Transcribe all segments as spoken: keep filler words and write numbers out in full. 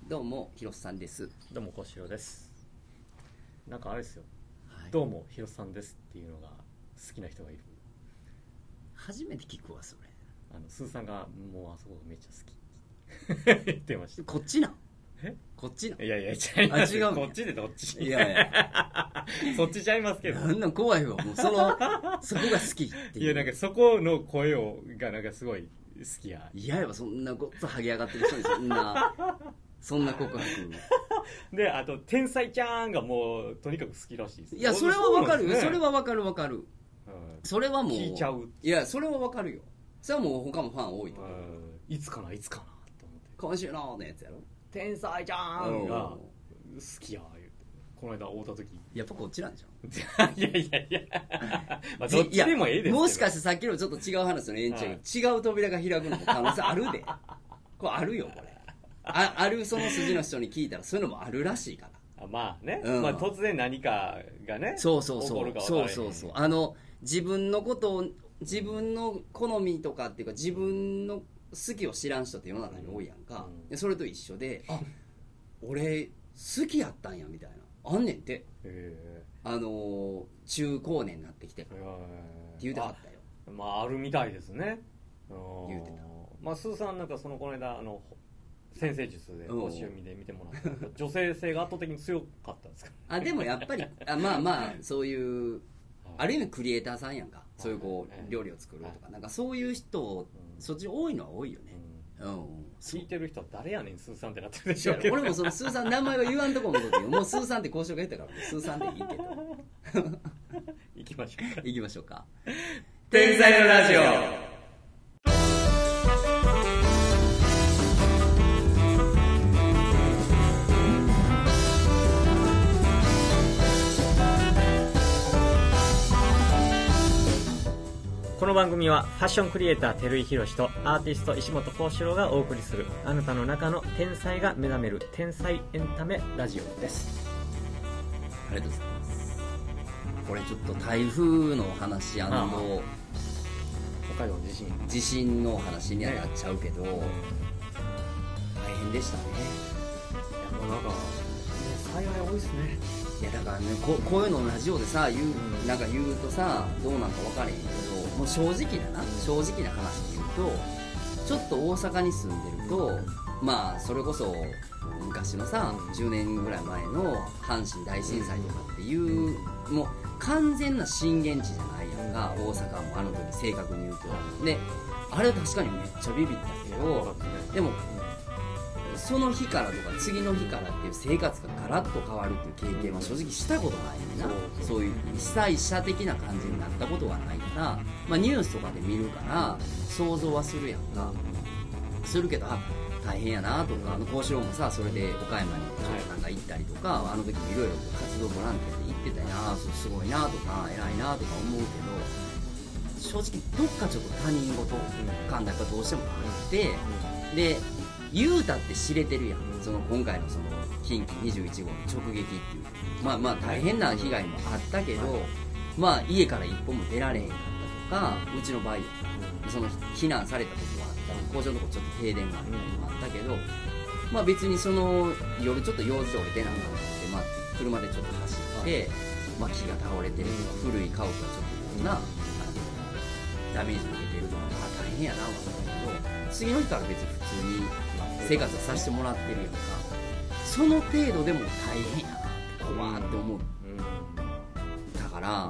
どうも広瀬さんです。 どうも小城です。なんかあれですよ、 はい、 どうも広瀬さんですっていうのが好きな人がいる。 初めて聞くわそれ。 あのスーさんがもうあそこめっちゃ好き言ってました。 こっちなん？ えこっちなん？ いやいや違います。 あ違う。 こっちでどっち？ いやいやそっちちゃいますけど。 なんなん怖いわ。もうそのそこが好きっていう。 いやなんかそこの声をがなんかすごい好きや。 いややばそんなごっつハゲ上がってる人にそんなそんな告白。 であと天才ちゃんがもうとにかく好きらしいです。 いやそれはわかるよ、 ね、 それはわかるわかる、うん、それはもう聞いちゃう。 いやそれはわかるよ。それはもう他もファン多いと思う。 いつかないつかなと思って今週ののやつやろ、 天才ちゃんが好きや言うてこの間会うた時やっぱこっちなんじゃんいやいやいやまあどっちでもええですけど、 もしかしてさっきのちょっと違う話の延長、はい、違う扉が開くのも可能性あるでこれあるよこれ あ, あるその筋の人に聞いたらそういうのもあるらしいから。 あまあね、 うん、 まあ、突然何かがねそうそうそう起こるか分からへん。 そうそうそう、あの自分のことを自分の好みとかっていうか自分の好きを知らん人って世の中に多いやんか、うん、でそれと一緒であ俺好きやったんやみたいなあんねんて。へあの中高年になってきてって言うてはったよ。 あまああるみたいですね。 言うてた。 まあスーさんなんかそのこの間あの先生術で星読みで見てもらった女性性が圧倒的に強かったんですか？ あでもやっぱりあまあまあそういうある意味クリエイターさんやんか、そういうこう料理を作るとかなんかそういう人そっち多いのは多いよね。うん、 聞いてる人は誰やねんスーさんってなってるでしょうけど、 俺もそのスーさん名前は言わんとこ思うけどもうスーさんって交渉が言ったからスーさんでいいけど行きましょうか行きましょうか。 天才のラジオ。この番組はファッションクリエイター照井宏とアーティスト石本幸四郎がお送りするあなたの中の天才が目覚める天才エンタメラジオです。 ありがとうございます。これちょっと台風の話&北海道の地震地震の話にはなっちゃうけど、ね、大変でしたね。 いやもうなんか災害多いですね。 いやだからね こ, こういうのをラジオでさ言う、うん、なんか言うとさどうなんか分からへんけどもう正直なな正直な話で言うとちょっと大阪に住んでるとまあそれこそ昔のさじゅうねんぐらい前の阪神大震災とかっていうもう完全な震源地じゃないやんか大阪もあの時正確に言うと。であれは確かにめっちゃビビったけどでもその日からとか次の日からっていう生活がガラッと変わるっていう経験は正直したことないねんな。そういう被災者的な感じになったことがないから、まあ、ニュースとかで見るから想像はするやんか。するけどあ大変やなとか、あの幸四郎もさそれで岡山にちょっとなんか行ったりとか、あの時もいろいろ活動ボランティアで行ってたよな、すごいなとか偉いなとか思うけど正直どっかちょっと他人事感がやっぱどうしてもあってで言うたって知れてるやん、その今回のその近畿にじゅういちごうの直撃っていうまあまあ大変な被害もあったけど、まあ家から一歩も出られへんかったとか、うちの場合その避難されたことはあったり工場のとこちょっと停電があったりもあったけど、まあ別にその夜ちょっと用事で俺出なかったって、まあ車でちょっと走って、まあ木が倒れてるとか古い家屋がちょっとなダメージを受けてるとか大変やなと思ったけど、次の日から別に普通に生活はさせてもらってるやんか。その程度でも大変やなって怖ーって思う、うん、だから、うん、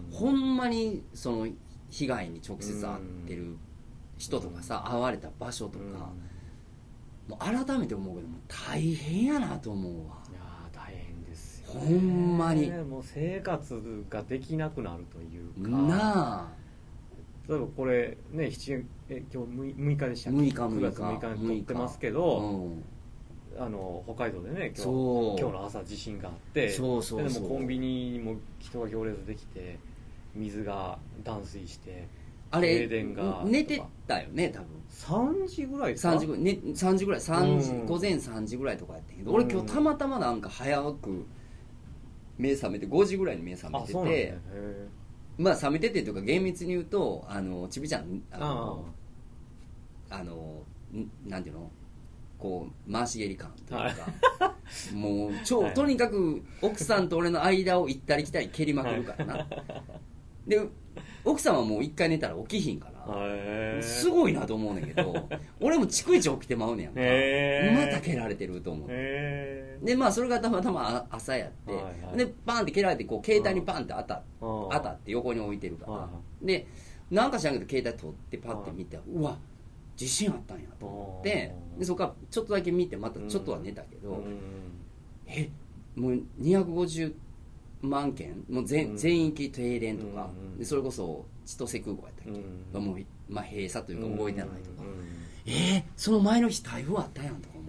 ほんまにその被害に直接遭ってる人とかさ、うん、遭われた場所とか、うん、もう改めて思うけども大変やなと思うわ。 いや大変ですよ、 ね、ほんまにもう生活ができなくなるというかなあ。 例えばこれねしちえ今日むいかでしたっけ？ むいかくがつむいかに撮ってますけど、うん、あの北海道でね今日、今日の朝地震があって、 そうそうそう、 でもコンビニにも人が行列できて水が断水してあれ停電が寝てたよね多分さんじぐらいですか？ さんじぐらい、ね、さんじぐらいさんじ、うん、午前さんじぐらいとかやったけど、俺今日たまたまなんか早く目覚めてごじぐらいに目覚めてて、あ、そうなんだね、へー、まあ冷めててというか厳密に言うとあのちびちゃんあのあのなんていうのこう回し蹴り感というか、 はい、 もう超、はい、とにかく奥さんと俺の間を行ったり来たり蹴りまくるからな、はい、で奥さんはもう一回寝たら起きひんから、すごいなと思うねんけど俺も逐一起きてまうねんか、また蹴られてると思って、でまあそれがたまたま朝やって、はいはい、でバンって蹴られてこう携帯にバンって当た当たって横に置いてるから、はい、でなんか知らんけど携帯取ってパッて見て、うわ地震あったんやと思って、でそこからちょっとだけ見てまたちょっとは寝たけど、えもうにひゃくごじゅうまんけんもう 全,、全域停電とか、でそれこそ千歳空港やったっけ、もう、まあ、閉鎖というか動いてないとか、えー、その前の日台風あったやんとか思って、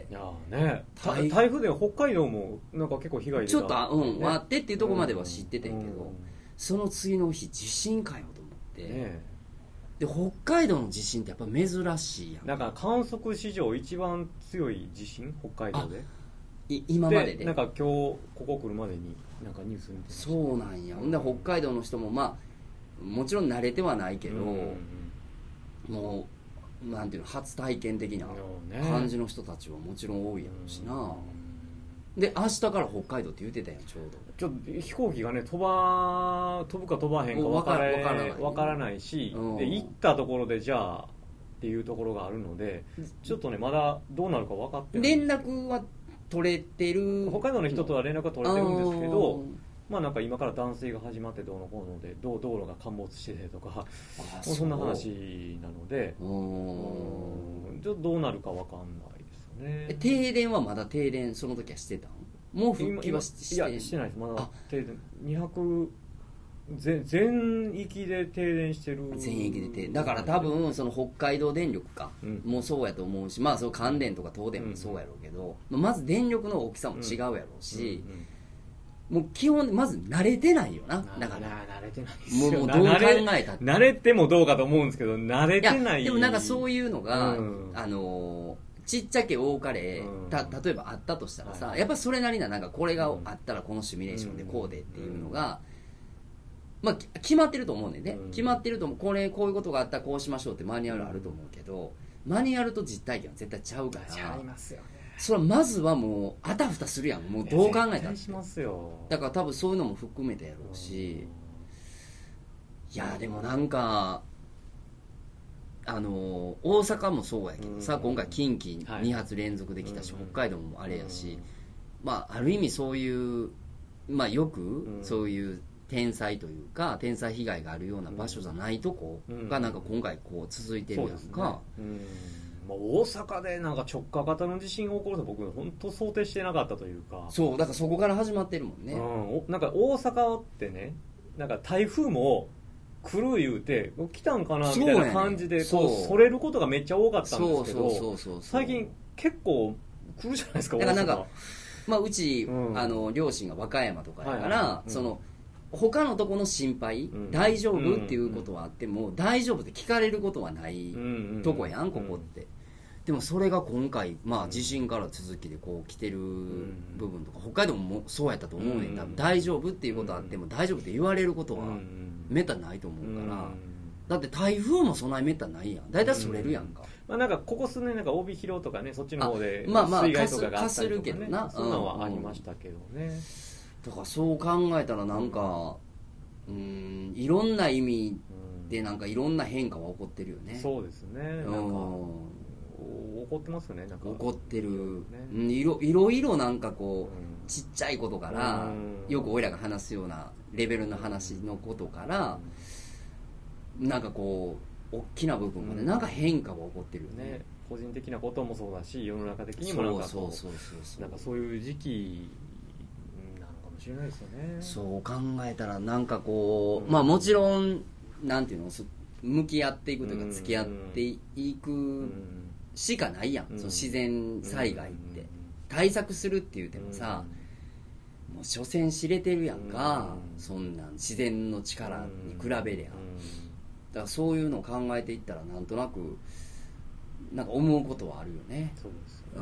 いやね、台, 台風で北海道もなんか結構被害出た、 ちょっとあ,、うん、あってっていうところまでは知っててんけど、その次の日地震かよと思って、ね、で北海道の地震ってやっぱ珍しいやん。 だから観測史上一番強い地震北海道でい今まででなんか今日ここ来るまでになんかニュース見てました。 そうなんや。ほんで北海道の人もまあもちろん慣れてはないけど、うんうんうん、もうなんていうの初体験的な感じの人たちはもちろん多いやろうしな、うんうん、で明日から北海道って言ってたやんちょうど。 ちょっと飛行機がね飛ば飛ぶか飛ばへんか分から分からない、分からないし、うん、で行ったところでじゃあっていうところがあるのでちょっとねまだどうなるか分かってない。 連絡は取れてる、 北海道の人とは連絡が取れてるんですけど、まあなんか今から断水が始まってどうのこうので道路が陥没しててとかそ, そんな話なので、うんちょっとどうなるか分かんないですよね。 え停電はまだ停電その時はしてたの？もう復帰はしていやしてないです。まだ停電にひゃく全, 全域で停電してる。 全域で停電だから多分その北海道電力か、うん、もうそうやと思うし、まあその関電とか東電もそうやろうけど、うん、まず電力の大きさも違うやろうし、うんうんうん、もう基本まず慣れてないよな。だから慣れてないですよ。 もうどう考えたって慣れてもどうかと思うんですけど慣れてない。 いやでもなんかそういうのが、うん、あのちっちゃけ多かれ、うん、た例えばあったとしたらさ、はい、やっぱそれなりななんかこれがあったらこのシミュレーションでこうでっていうのが、まあ、決まってると思うねんね、うん、決まってると思う。これこういうことがあったらこうしましょうってマニュアルあると思うけど、マニュアルと実体験は絶対ちゃうから。 ちゃいますよね。 それはまずはもうあたふたするやん。もうどう考えたってしますよ。 だから多分そういうのも含めてやろうし、いやでもなんかあの大阪もそうやけどさ、今回近畿に発連続できたし、北海道もあれやし、まあある意味そういうまあよくそういう天災というか天災被害があるような場所じゃないとこがなんか今回こう続いてるやんか、うんうんねうんまあ、大阪でなんか直下型の地震が起こると僕本当想定してなかったというか。 そうだからそこから始まってるもんね、 うん、なんか大阪ってねなんか台風も来る言うて来たんかなみたいな感じでこうそれることがめっちゃ多かったんですけど、最近結構来るじゃないですか。 だからなんか、まあ、うち、うん、あの両親が和歌山とかだから、はいはいうん、その他のとこの心配、うん、大丈夫っていうことはあっても、うん、大丈夫って聞かれることはないとこやん、ここって、うん、でもそれが今回、まあ、地震から続きでこう来てる部分とか、北海道もそうやったと思うねん。多分大丈夫っていうことはあっても、大丈夫って言われることはめったにないと思うから、だって台風もそんなにめったにないやん。大体それるやんか、 まあ、なんかここ数年なんか帯広とかねそっちの方でまあまあ水害とかがあったりとか、ね、 かするけどな、 そういうのはありましたけどね。 だからそう考えたらなんかうーんいろんな意味でなんかいろんな変化は起こってるよね。 そうですね。なんか起こってますよね。なんか起こってる、ね、いろいろいろなんかこう、うん、ちっちゃいことから、うん、よく俺らが話すようなレベルの話のことから、うん、なんかこう大きな部分までなんか変化が起こってるよね。ね個人的なこともそうだし世の中的にもなんかこうなんかそういう時期なのかもしれないですよね。 そう考えたらなんかこう、うん、まあもちろんなんていうの向き合っていくというか付き合っていくしかないやん、うん、その自然災害って、うん、対策するって言うてもさ、うん、もう所詮知れてるやんか、うん、そんなん自然の力に比べりゃ、うん、だからそういうのを考えていったらなんとなくなんか思うことはあるよね。 そうですよ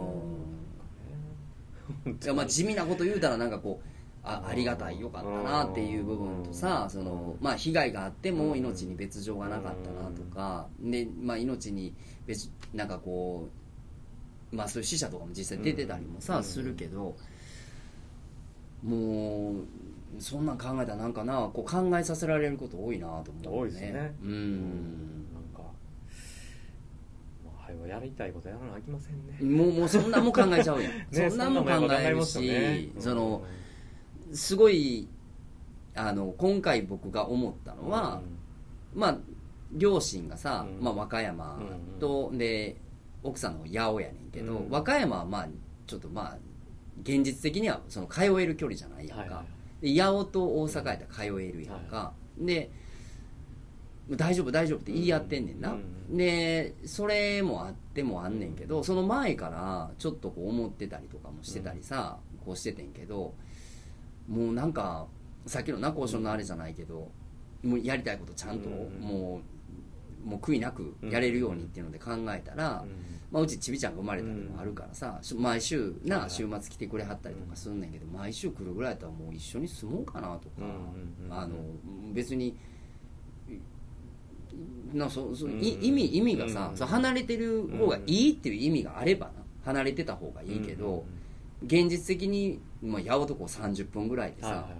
ね。いやまあ地味なこと言うたらなんかこう あ, ありがたいよかったなっていう部分とさ、そのまあ被害があっても命に別状がなかったなとかで、まあ命に別なんかこまあそういう死者とかも実際出てたりもさ、うん、するけど、もうそんなん考えたらなんかな、こう考えさせられること多いなと思うね。 多いですね。 うん、うん、 なんかはよやりたいことやらなあきませんね。 もうもうそんなもん考えちゃうやん、ね、そんなもん考えるし、ね、そのすごいあの今回僕が思ったのは、うん、まあ両親がさ、うん、まあ、和歌山と、うん、で奥さんの八尾やねんけど、うん、和歌山はまあちょっとまあ現実的にはその通える距離じゃないやんか、はいはい、で八尾と大阪やったら通えるやんか、はい、で大丈夫大丈夫って言い合ってんねんな、うん、でそれもあってもあんねんけど、その前からちょっとこう思ってたりとかもしてたりさ、うん、こうしててんけど、もうなんかさっきのな交渉のあれじゃないけど、もうやりたいことちゃんともうもう悔いなくやれるようにっていうので考えたら、うん、まあ、うちちびちゃんが生まれたりもあるからさ、毎週な週末来てくれはったりとかすんねんけど、毎週来るぐらいだったらもう一緒に住もうかなとか、あの別になそそ意味意味がさ、そ離れてる方がいいっていう意味があればな、離れてた方がいいけど、現実的にまあ八尾とこうさんじゅっぷんぐらいでさ、はいはいはい、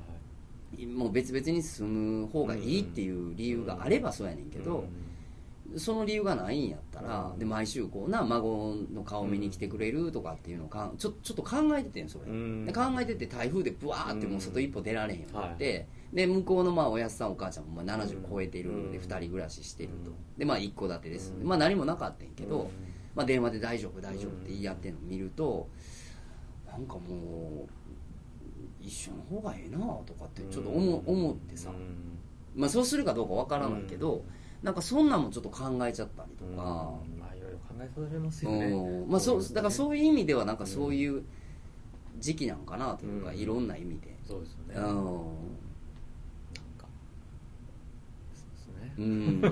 もう別々に住む方がいいっていう理由があればそうやねんけど、その理由がないんやったら、で毎週こうな孫の顔見に来てくれるとかっていうのをかちょちょっと考えててんそれ、で考えてて台風でブワーってもう外一歩出られへんようになって、はい、で向こうのまあおやすさんお母ちゃんもまあななじゅう超えてるでふたり暮らししてると、でまあ一戸建てです、まあ何もなかったんやけど、まあ、電話で大丈夫大丈夫って言い合ってるのを見ると、なんかもう一緒の方がええなとかってちょっと 思, 思ってさ、まあそうするかどうかわからないけど、なんかそんなんもちょっと考えちゃったりとか、 まあいろいろ考えさせられますよね、 まあ、そうだからそういう意味ではなんかそういう時期なんかなというか、いろんな意味で、 そうですよね、 うん、 なんかうん、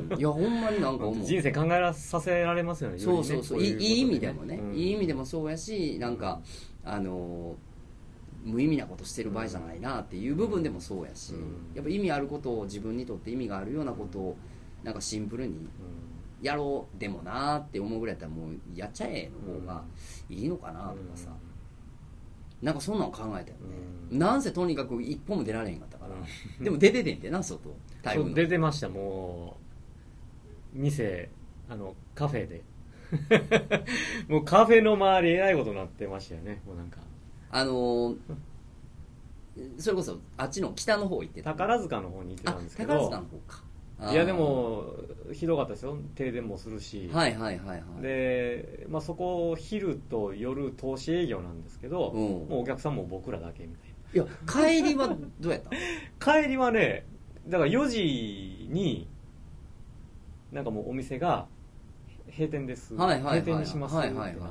いやほんまになんか思う人生考えさせられますよね。 そうそうそう、いい意味でもね、うん、いい意味でもそうやし、なんかあの無意味なことしてる場合じゃないなっていう部分でもそうやし、うん、やっぱ意味あることを、自分にとって意味があるようなことをなんかシンプルにやろうでもなって思うぐらいだったらもうやっちゃえの方がいいのかなとかさ、うん、なんかそんなの考えたよね、うん、なんせとにかく一歩も出られへんかったから、うん、でも出ててんてな、外台風の出てました。もう店あのカフェでもうカフェの周りえらいことになってましたよね。もうなんかあのー、それこそあっちの北の方行ってた、 宝塚の方に行ってたんですけど、 宝塚の方か、 いやでもひどかったですよ、停電もするし、 はいはいはいはい、 で、まあ、そこ昼と夜投資営業なんですけど、うん、もうお客さんも僕らだけみたいな。 いや帰りはどうやった帰りはね、だからよじになんかもうお店が閉店です、 はいはいはいはい、 閉店にしますってなって、はいはいはい、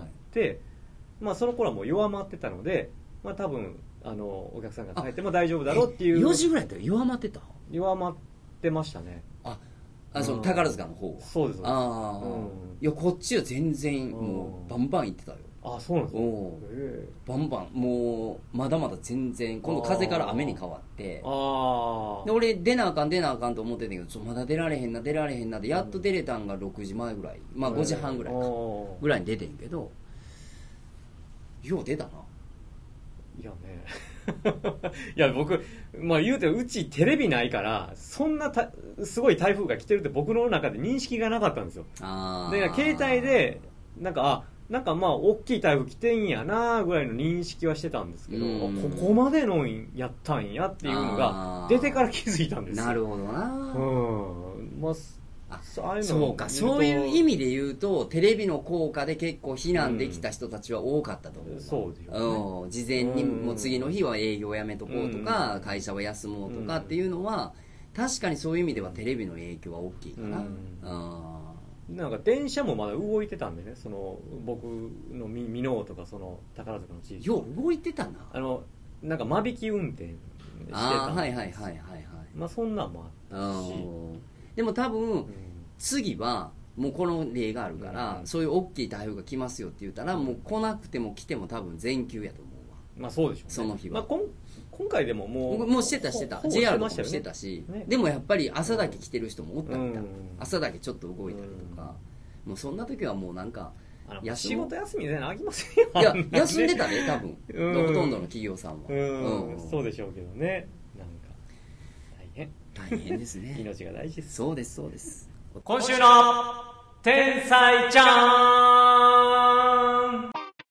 まあ、その頃はもう弱まってたので、まあ、多分あのお客さんが帰っても大丈夫だろうっていう。 よじぐらいだったら弱まってた弱まってましたね。 ああ、その宝塚の方は。 そうです。 ああ、うん、いやこっちは全然もうバンバン行ってたよ。 あ、そうなんですか。おバンバンもうまだまだ全然、今度風から雨に変わって、あで俺出なあかん出なあかんと思ってたけど、ちょまだ出られへんな出られへんなで、やっと出れたんがろくじまえぐらい、まあごじはんぐらいかぐらいに出てんけど、よう出たな。 いやねいや僕、まあ、言うてうちテレビないからそんなたすごい台風が来てるって僕の中で認識がなかったんですよ。あで携帯でなんかあなんかまあ大きい台風来てんやなぐらいの認識はしてたんですけど、ここまでのやったんやっていうのが出てから気づいたんですよ。 なるほどな、 うんまああそうか、そういう意味で言うとテレビの効果で結構避難できた人たちは多かったと思う、うん、 そうですよね、 うん、事前にもう次の日は営業やめとこうとか、うん、会社は休もうとかっていうのは確かにそういう意味ではテレビの影響は大きいかな、うんうん、なんか電車もまだ動いてたんでね、その僕の箕面とかその宝塚の地域よう動いてたな、 あのなんか間引き運転してたんですよ。 あはいはいはいはいはい、 まあそんなんもあったし、 でも多分、うん、次はもうこの例があるから、うん、そういう大きい台風が来ますよって言ったら、うん、もう来なくても来ても多分全休やと思うわ。 まあそうでしょうね、 その日は、 まあ、こん今回でももうもうしてたしてた ジェイアール とかもしてたし、ね、でもやっぱり朝だけ来てる人もおったみたい、うん、朝だけちょっと動いたりとか、うん、もうそんな時はもうなんかあの仕事休みみたいなのあきませんよ。 いや休んでたね多分、うん、ほとんどの企業さんは。うん、 うん、そうでしょうけどね。なんか大変大変ですね。 命が大事です。 そうですそうです。 今週の天才ちゃん。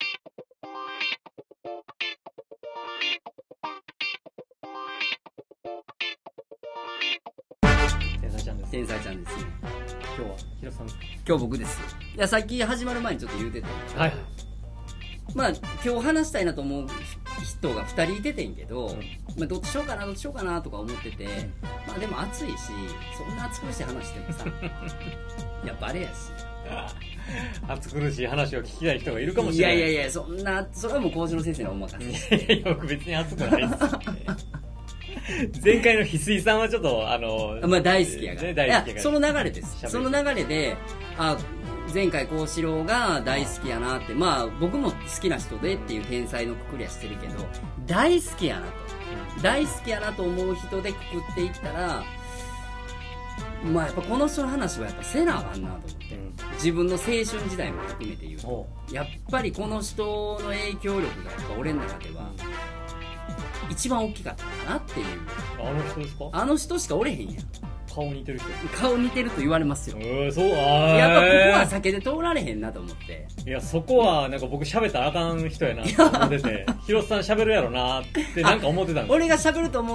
天才ちゃんです。 天才ちゃんですね。 今日はヒロさん。 今日僕です。いやさっき始まる前にちょっと言うてたんですけど、はい、まあ今日話したいなと思う人がふたりいててんけど、うん、まあ、どっちしようかなどっちしようかなとか思ってて、まあでも暑いしそんな暑苦しい話してもさいやバレやし暑苦しい話を聞きたい人がいるかもしれない。 いやいやいやそんなそれはもう講師の先生のお任せ。 いやいや僕別に暑くないですし、ね、前回の翡翠さんはちょっとあのまあ大好きやから、ね、 大好きやからいやその流れですその流れであ前回幸四郎が大好きやなって、まあ僕も好きな人でっていう天才のくくりはしてるけど、大好きやなと大好きやなと思う人でくくっていったら、まあやっぱこの人の話はやっぱせなあかんなと思って、うん、自分の青春時代も含めて言うとやっぱりこの人の影響力がやっぱ俺の中では一番大きかったかなっていう。 あの人ですか？ あの人しかおれへんやん。 顔似てる人。 顔似てると言われますよ。 えー、そう、あやっぱここは避けて通られへんなと思って。 いや、そこはなんか僕喋ったらあかん人やなって思ってて、ヒロさん喋るやろなってなんか思ってたんです。 俺が喋ると思って、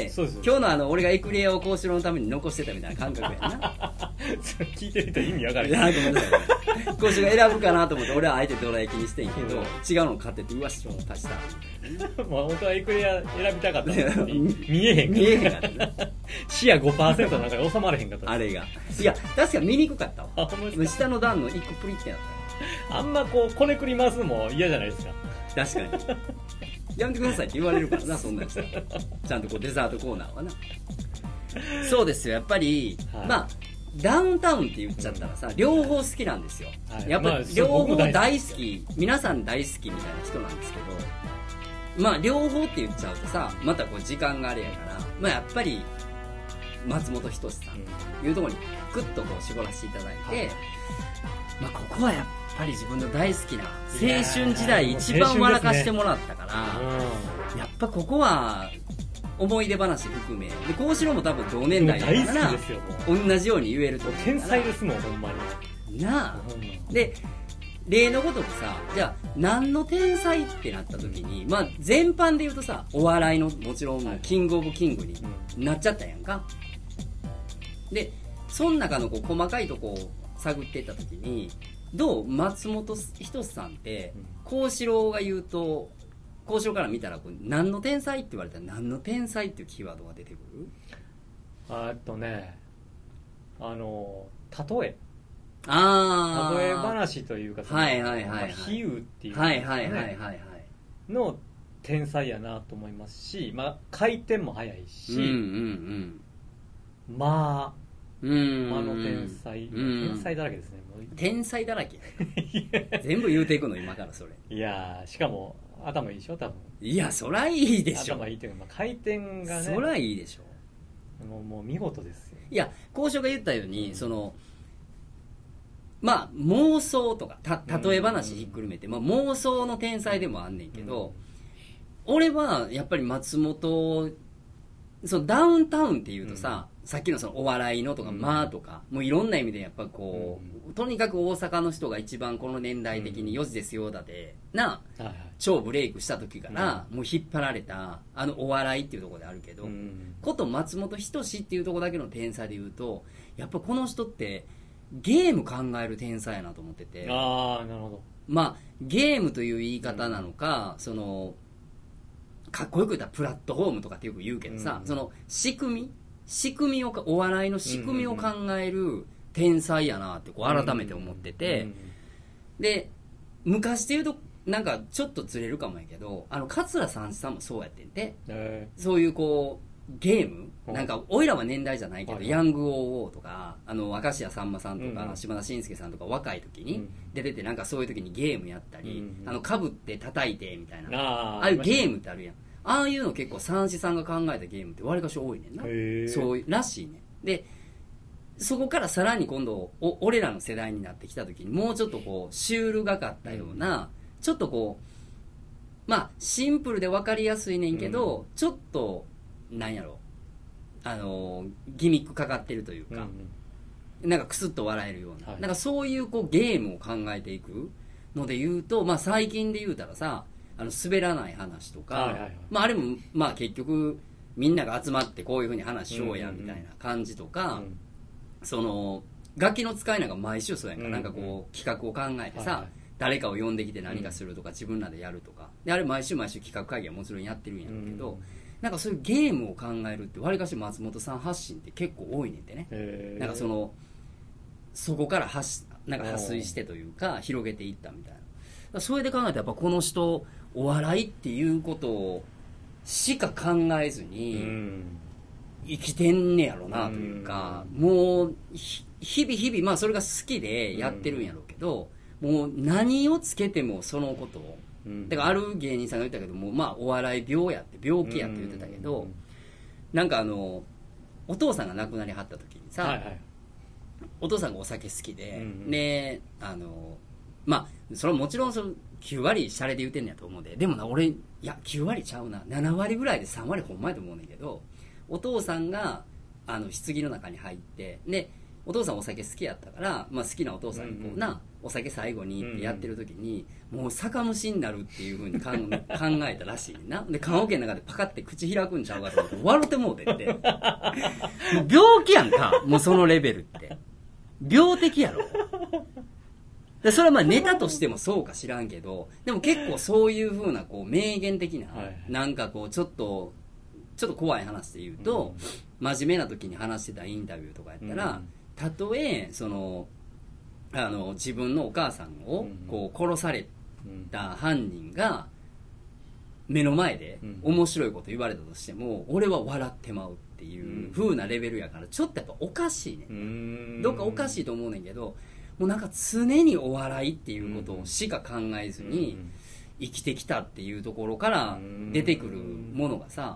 そうです今日のあの、俺がエクレアを幸四郎のために残してたみたいな感覚やな。 それ聞いてる人意味わかる。 いや、ごめんなさい。幸四郎が選ぶかなと思って、俺はあえてどら焼きにしてんけど、うん、違うの買ってて、うわ、しょう足した。 まあ本当はエクレア選びたかったのに見えへん見えへんかったな。 視野 ごパーセント の中で収まれへんかった。 あれが。いや、確かに見にくかったわ。下の段の一個プリってやった。 あんまこう、こねくり回すのも嫌じゃないですか。 確かに。やめてくださいって言われるからな、そんなんしたら。ちゃんとこうデザートコーナーはな。そうですよ、やっぱり、はい、まあ、ダウンタウンって言っちゃったらさ、両方好きなんですよ。はい、やっぱり両方大好き、皆さん大好きみたいな人なんですけど、まあ両方って言っちゃうとさ、またこう時間があれやから、まあやっぱり、松本人志さんというところにグッとこう絞らせていただいて、はい、まあここはやっぱり自分の大好きな青春時代一番笑かしてもらったから、ね、やっぱここは思い出話含めで幸四郎も多分同年代だからな同じように言えると思うから天才ですもんほんまになあ、うん、で例のごとくさ、じゃあ何の天才ってなった時に、まあ全般で言うとさ、お笑いのもちろんキングオブキングになっちゃったやんか。で、その中のこう細かいとこを探っていった時に、どう松本人志さんって幸四郎が言うと、幸四郎から見たらこう何の天才って言われたら何の天才っていうキーワードが出てくる？ あっとね、あの例え。 あ例え話というか、 はいはいはいはい、 比喩っていうか、ね、はいはいはいはいはいの天才やなと思いますし、まあ回転も早いし、うんうんうん、まあ、うん、まあの天才、うん、天才だらけですね。もう天才だらけ。全部言うていくの今からそれ。 いやしかも頭いいでしょ多分。 いやそらいいでしょ。 頭いいというか、まあ、回転がね。 そらいいでしょ。 もうもう見事ですよ。 いや交渉が言ったように、うん、その。まあ妄想とかた例え話ひっくるめて、まあ、妄想の天才でもあんねんけど、うん、俺はやっぱり松本そのダウンタウンっていうとさ、うん、さっきのそのお笑いのとか、うん、まあとかもういろんな意味でやっぱこう、うん、とにかく大阪の人が一番この年代的によじですよだでな、うん、超ブレイクした時から、うん、もう引っ張られたあのお笑いっていうところであるけど、うん、こと松本人志っていうところだけの天才で言うとやっぱこの人ってゲーム考える天才やなと思ってて、 ああなるほど。 まあゲームという言い方なのか、うん、そのかっこよく言ったらプラットフォームとかってよく言うけどさ、うん、その仕組み仕組みをお笑いの仕組みを考える天才やなってこう改めて思ってて、うんうん、で昔で言うとなんかちょっとずれるかもやけどあの桂三枝さんもそうやってんて、えー、そういうこうゲームなんかおいらは年代じゃないけど、はい、ヤング オーオー とかあの明石家さんまさんとか、うん、島田紳介さんとか若い時に出ててなんかそういう時にゲームやったり、うん、あの被って叩いてみたいな あ, ああいうゲームってあるやん。ああいうの結構三枝さんが考えたゲームってわりかし多いねんな。そういうらしいね。でそこからさらに今度お俺らの世代になってきた時にもうちょっとこうシュールがかったような、うん、ちょっとこうまあシンプルで分かりやすいねんけど、うん、ちょっとなんやろあのギミックかかってるというか、うん、なんかクスッと笑えるような、はい、なんかそういうこうゲームを考えていくので言うと、まあ、最近で言うたらさあの滑らない話とか、はいはいはい、まあ、あれもまあ結局みんなが集まってこういう風に話しようやみたいな感じとか、うんうんうん、その楽器の使いなんか毎週そうやんか、うんうん、なんかこう企画を考えてさ、はいはい、誰かを呼んできて何かするとか、うん、自分らでやるとかであれ毎週毎週企画会議はもちろんやってるんやろうけど、うん、なんかそういうゲームを考えるってわりかし松本さん発信って結構多いねんってね。なんかそのそこから発なんか発水してというか広げていったみたいな。それで考えたらやっぱこの人お笑いっていうことをしか考えずに生きてんねやろなというか、もう日々日々まあそれが好きでやってるんやろうけど、もう何をつけてもそのことをだからある芸人さんが言ったけども、まあお笑い病やって病気やって言ってたけど、なんかあのお父さんが亡くなりはった時にさ、はいはい、お父さんがお酒好きで、うんうん、であのまあそれはもちろんそのきゅう割シャレで言うてんねやと思うで、でもな俺いやきゅう割ちゃうななな割ぐらいでさん割ほんまやと思うねんけど、お父さんがあの棺の中に入ってでお父さんお酒好きやったから、まあ、好きなお父さんにこうな、うんうん、お酒最後にってやってる時に、うんうん、もう酒蒸しになるっていう風に考えたらしいねんな。で棺桶の中でパカって口開くんちゃうかと思って笑ってもうてってもう病気やんか、もうそのレベルって病的やろ。でそれはまあネタとしてもそうか知らんけど、でも結構そういう風なこう名言的な、はい、なんかこうちょっとちょっと怖い話で言うと、うん、真面目な時に話してたインタビューとかやったら、うん、たとえそのあの自分のお母さんをこう殺された犯人が目の前で面白いこと言われたとしても、俺は笑ってまうっていう風なレベルやから、ちょっとやっぱおかしいね、うん、どっかおかしいと思うねんけど、もうなんか常にお笑いっていうことしか考えずに生きてきたっていうところから出てくるものがさ、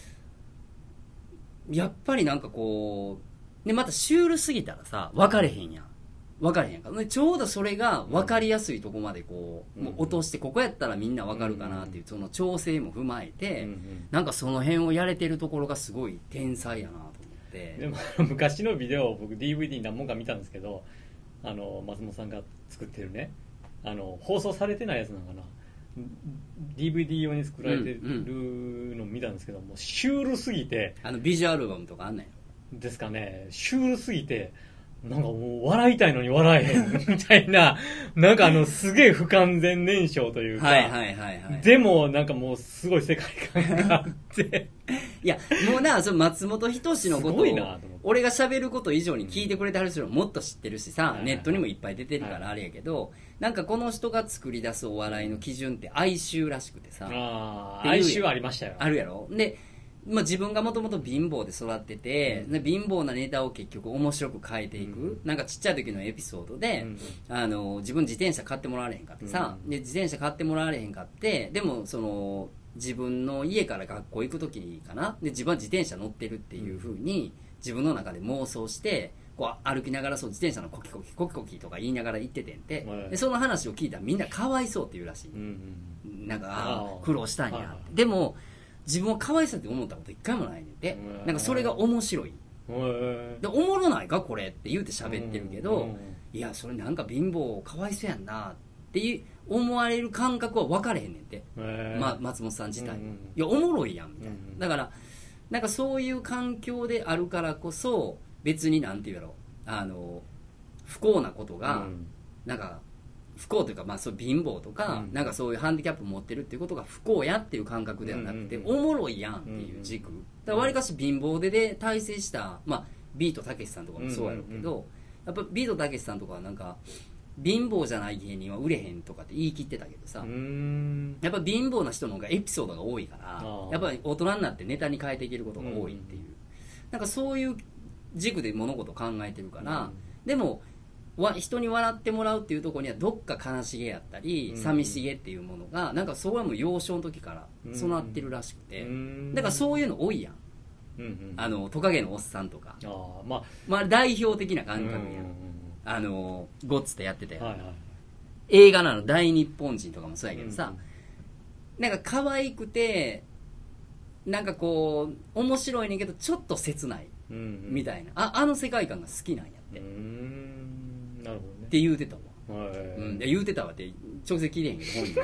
やっぱりなんかこうでまたシュールすぎたらさ分かれへんやん分かれへんからちょうどそれが分かりやすいとこまでこう、うん、もう落としてここやったらみんな分かるかなっていうその調整も踏まえて、うんうん、なんかその辺をやれてるところがすごい天才やなと思って。 でも昔のビデオを僕 ディーブイディー 何本か見たんですけど、あの松本さんが作ってるね、あの放送されてないやつなのかな、 ディーブイディー 用に作られてるのを見たんですけど、もうシュールすぎて、 あのビジュアルバムとかあんねんですかね、シュールすぎてなんかもう笑いたいのに笑えへんみたいな、なんかあのすげえ不完全燃焼というか、はいはいはいはい、でもなんかもうすごい世界観があっていやもうな、その松本人志のことを俺が喋ること以上に聞いてくれてはる人ももっと知ってるしさ、うん、ネットにもいっぱい出てるからあれやけど、はい、なんかこの人が作り出すお笑いの基準って哀愁らしくてさ、 あ哀愁ありましたよ、 あるやろ。でまあ、自分がもともと貧乏で育ってて、うん、貧乏なネタを結局面白く変えていく、うん、なんかちっちゃい時のエピソードで、うん、あの自分自転車買ってもらわれへんかってさ、うん、で自転車買ってもらわれへんかって、でもその自分の家から学校行く時にかなで自分は自転車乗ってるっていう風に自分の中で妄想してこう歩きながらそう自転車のコキコキコキコキとか言いながら行っててんて、はい、でその話を聞いたらみんなかわいそうって言うらしい、うんうん、なんかあ苦労したんや、はいはい、でも自分は可愛さって思ったこと一回もないねんて、なんかそれが面白いで、おもろないかこれって言うて喋ってるけど、いやそれなんか貧乏かわいそうやんなっていう思われる感覚は分かれへんねんて、ま、松本さん自体、いやおもろいやんみたいな、だからなんかそういう環境であるからこそ別になんて言うやろ、あの不幸なことがなんか不幸というか、まあ、そう貧乏とか、うん、なんかそういうハンディキャップ持ってるっていうことが不幸やっていう感覚ではなくて、うんうんうん、おもろいやんっていう軸、うんうん、だからわりかし貧乏でで大成した、まあ、ビートたけしさんとかもそうやろうけど、うんうんうん、やっぱビートたけしさんとかはなんか貧乏じゃない芸人は売れへんとかって言い切ってたけどさ、やっぱ貧乏な人の方がエピソードが多いからやっぱり大人になってネタに変えていけることが多いっていう、うんうん、なんかそういう軸で物事を考えてるから、うん、でもわ人に笑ってもらうっていうところにはどっか悲しげやったり、うん、寂しげっていうものがなんかそれはもう幼少の時から備わってるらしくて、うん、だからそういうの多いやん、 うんうん、 あのトカゲのおっさんとか、 あ、まあまあ、代表的な感覚やん、 うんうんうん、 あのゴッツってやってたよ、 はいはい、 映画なの大日本人とかもそうやけどさ、 うん、 なんか可愛くてなんかこう面白いねんけどちょっと切ないみたいな、うんうん、あ, あの世界観が好きなんやって、うーん、なるほどねって言うてたわ、 うん、 言うてたわって直接聞いてへんけど本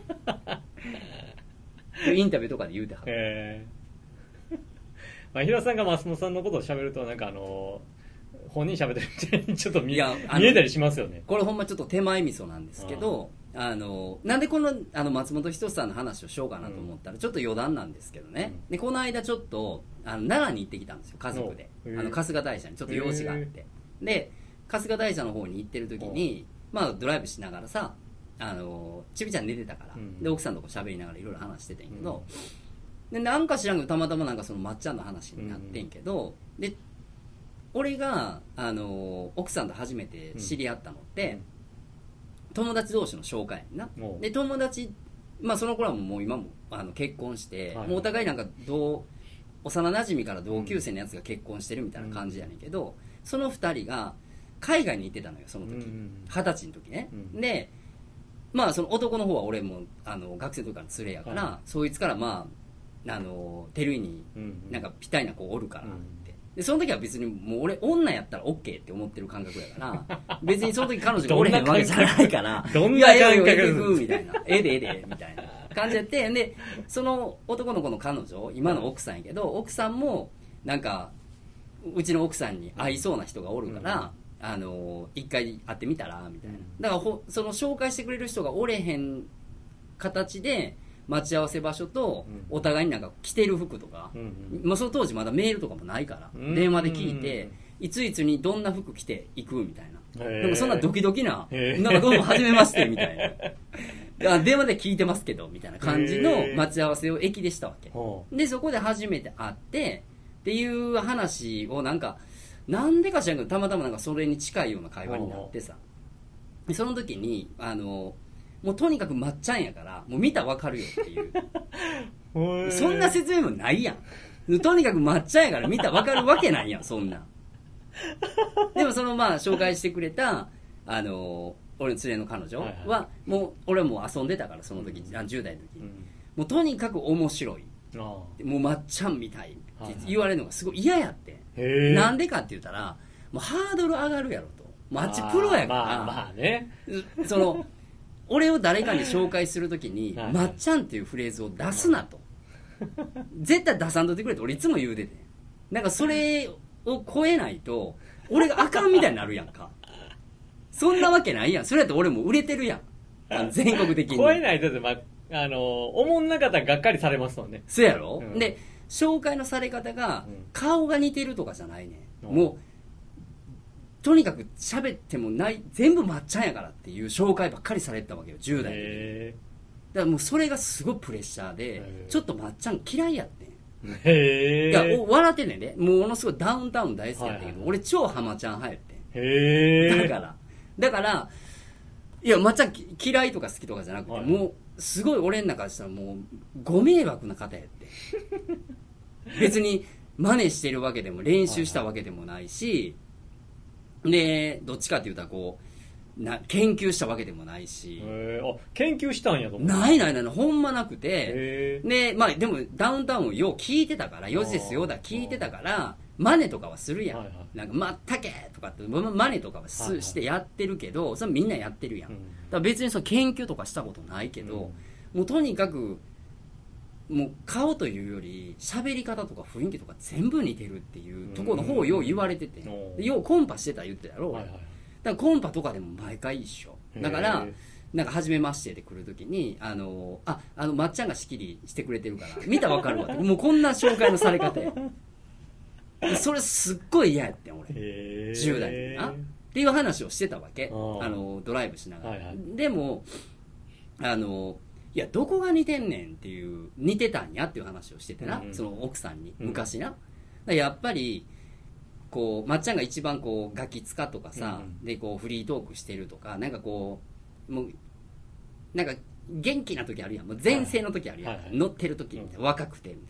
人インタビューとかで言うてはった、 へーまあ、平さんが松本さんのことを喋るとなんかあの本人喋ってるみたいにちょっと 見, 見えたりしますよね。 これほんまちょっと手前味噌なんですけど、あのなんでこのあの松本人志さんの話をしようかなと思ったら、うん、ちょっと余談なんですけどね、うん、でこの間ちょっとあの奈良に行ってきたんですよ家族で、あの春日大社にちょっと用事があって、で春日大社の方に行ってる時に、まあ、ドライブしながらさあのちびちゃん寝てたから、うん、で奥さんとこ喋りながらいろいろ話しててんけど、うん、でなんか知らんけどたまたまなんかそのまっちゃんの話になってんけど、うん、で俺があの奥さんと初めて知り合ったのって、うん、友達同士の紹介やんな。で友達、まあ、その頃はもう今もあの結婚して、はい、もうお互いなんか同幼馴染から同級生のやつが結婚してるみたいな感じやねんけど、うん、そのふたりが海外に行ってたのよその時、二十、うん、歳の時ね、うん、でまあその男の方は俺もあの学生の時から連れやから、はい、そいつからまああの照井になんかぴったりな子おるからって、うんでその時は別にもう俺女やったら OK って思ってる感覚やから別にその時彼女がおれへんわけじゃないからどんな感覚いやいやいやみたいなええでええでみたいな感じやってでその男の子の彼女今の奥さんやけど奥さんもなんかうちの奥さんに合いそうな人がおるから、うん、あの一回会ってみたらみたいなだからほその紹介してくれる人がおれへん形で待ち合わせ場所とお互いになんか着てる服とか、うんうんまあ、その当時まだメールとかもないから電話で聞いていついつにどんな服着ていくみたいなでもそんなドキドキななんかどうも初めましてみたいなだから電話で聞いてますけどみたいな感じの待ち合わせを駅でしたわけでそこで初めて会ってっていう話をなんかなんでか知らんけどたまたまなんかそれに近いような会話になってさその時にあのもうとにかくまっちゃんやからもう見たら分かるよっていうそんな説明もないやんとにかくまっちゃんやから見たら分かるわけないやんそんなでもそのまあ紹介してくれたあの俺の連れの彼女は、はいはい、もう俺も遊んでたからその時、うん、じゅう代の時、うん、もうとにかく面白いもうまっちゃんみたいって言われるのがすごい嫌やって、はいはい、なんでかって言ったらもうハードル上がるやろともうあっちプロやからまあまあねその俺を誰かに紹介するときに「まっちゃん」っていうフレーズを出すなと絶対出さんといてくれって俺いつも言うててなんかそれを超えないと俺があかんみたいになるやんかそんなわけないやんそれやって俺も売れてるやんあの全国的に超えないと、まあ、あのおもんなかったらがっかりされますもんねそうやろ、うん、で紹介のされ方が顔が似てるとかじゃないね、うん、もうとにかく喋ってもない全部まっちゃんやからっていう紹介ばっかりされてたわけよじゅう代でだからもうそれがすごいプレッシャーでちょっとまっちゃん嫌いやってんへいや笑ってんねんねものすごいダウンタウン大好きやったけど、はいはい、俺超ハマちゃん派やってんへだからだからいやまっちゃん嫌いとか好きとかじゃなくて、はい、もうすごい俺の中でしたらもうご迷惑な方やって別に真似してるわけでも練習したわけでもないし、はいはいでどっちかっていうとこうな研究したわけでもないしへあ研究したんやと思うないないないほんまなくてで、まあ、でもダウンタウンをよう聞いてたからよじですよだ聞いてたから真似とかはするやん、はいはい、なんかまったけとかって真似とかはす、はいはい、してやってるけどそれみんなやってるやん、うん、だから別にその研究とかしたことないけど、うん、もうとにかくもう顔というより喋り方とか雰囲気とか全部似てるっていうところの方をよう言われててようコンパしてた言ってたやろ、はいはい、だからコンパとかでも毎回一緒だからなんか初めましてで来るときにあのああのまっちゃんが仕切りしてくれてるから見たら分かるわってもうこんな紹介のされ方やそれすっごい嫌やってん俺じゅう代になっていう話をしてたわけあのドライブしながら、はいはい、でもあのいやどこが似てんねんっていう似てたんやっていう話をしててな、うん、その奥さんに昔な、うん、やっぱりこうまっちゃんが一番こうガキ使とかさ、うん、でこうフリートークしてるとかなんかこうもうなんか元気な時あるやんもう全盛の時あるやん、はいはい、乗ってる時みたいな、うん、若くてみたいな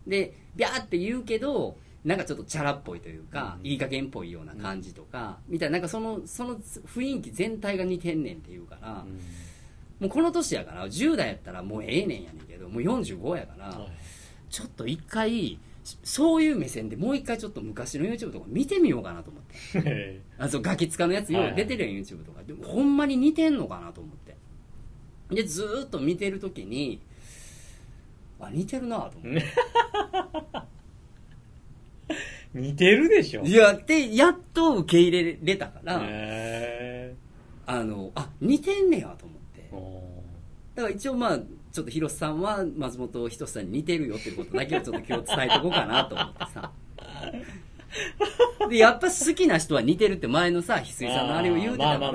でビャーって言うけどなんかちょっとチャラっぽいというか、うん、いい加減っぽいような感じとか、うん、みたいな、なんかそのその雰囲気全体が似てんねんって言うから、うん、もうこの年やからじゅう代やったらもうええねんやねんけど、もうよんじゅうごやから、はい、ちょっと一回そういう目線でもう一回ちょっと昔の YouTube とか見てみようかなと思ってあそうガキ使のやつよう出てるやん、はいはい、YouTube とかでもほんまに似てんのかなと思って、でずーっと見てるときにあ似てるなと思って似てるでしょ。 いやでやっと受け入れれたから、へー、あのあ似てんねやと思って、だから一応まあちょっと広瀬さんは松本人志さんに似てるよっていうことだけはちょっと今日伝えとこうかなと思ってさでやっぱ好きな人は似てるって前のさ翡翠さんのあれを言うてたから、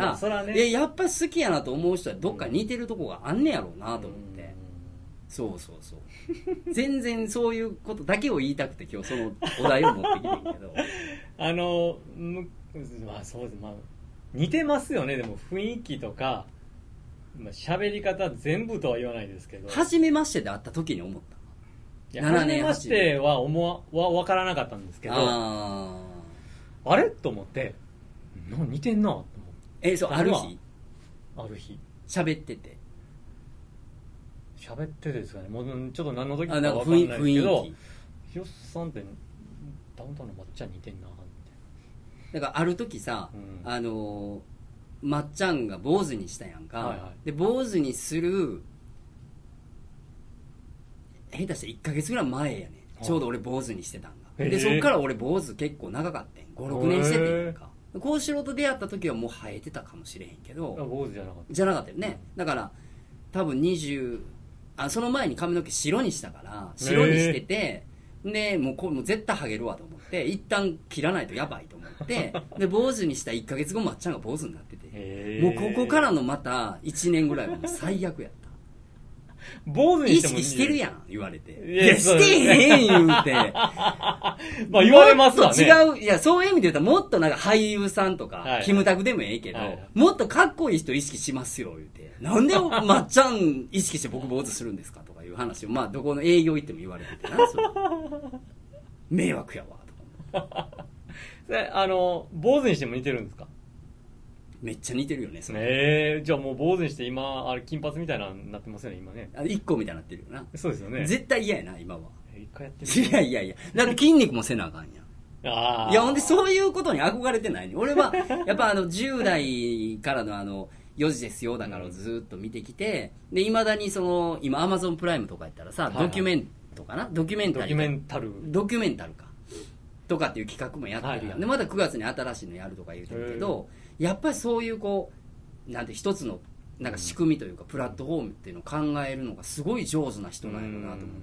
でやっぱ好きやなと思う人はどっか似てるとこがあんねやろうなと思って、うん、そうそうそう全然そういうことだけを言いたくて今日そのお題を持ってきてんけどあのまあそうです、まあ似てますよね。でも雰囲気とか喋、まあ、り方全部とは言わないですけど、 初めましてで会った時に思った。 いや初めましては思わは分からなかったんですけど、ああれと思ってな似てんなと思って、 えそうある日ある日喋ってて喋ってですかね、もうちょっと何の時か分かんないですけど、広瀬さんってダウンタウンのまっちゃん似てんなって。 だからある時さ、うん、あのー、まっちゃんが坊主にしたやんか、はいはい、で坊主にする下手していっかげつぐらい前やねん、ちょうど俺坊主にしてたんが、でそっから俺坊主結構長かったんごろくねんしててんやんか。こうしろと出会った時はもう生えてたかもしれへんけど、 坊主じゃなかったじゃなかったよね、うん、だから多分にじゅうあその前に髪の毛白にしたから白にしてて、でもうこれもう絶対ハゲるわと思って一旦切らないとやばいと思ってで坊主にしたいっかげつごまっちゃんが坊主になってて、もうここからのまたいちねんぐらいはもう最悪やった坊主にしても意識してるやん言われて、いやしてへん言うてまあ言われますわね。 もっと違う、いやそういう意味で言うともっとなんか俳優さんとか、はい、キムタクでもええけど、はい、もっとかっこいい人意識しますよ言うて、なんでまっちゃん意識して僕坊主するんですかとかいう話をまあどこの営業行っても言われててなそれ迷惑やわとかそれあの坊主にしても似てるんですか。 めっちゃ似てるよねそれ。 えー、じゃあもう坊主にして今あれ金髪みたいなになってますよね今ね。 あいっこみたいになってるよな。 そうですよね。 絶対嫌やな今は。 一回やってみる。 いやいやいやだって筋肉もせなあかんやん。あいやほんでそういうことに憧れてないね俺はやっぱあのじゅう代からのあのよじですよだからずっと見てきて、うん、でいまだにその今アマゾンプライムとかやったらさ、はいはい、ドキュメントかなドキュメンタリードキュメンタルドキュメンタルかとかっていう企画もやってるやん、はいはい、でまだくがつに新しいのやるとか言うてるけど、やっぱりそういうこうなんて一つのなんか仕組みというかプラットフォームっていうのを考えるのがすごい上手な人なんやろなと思って、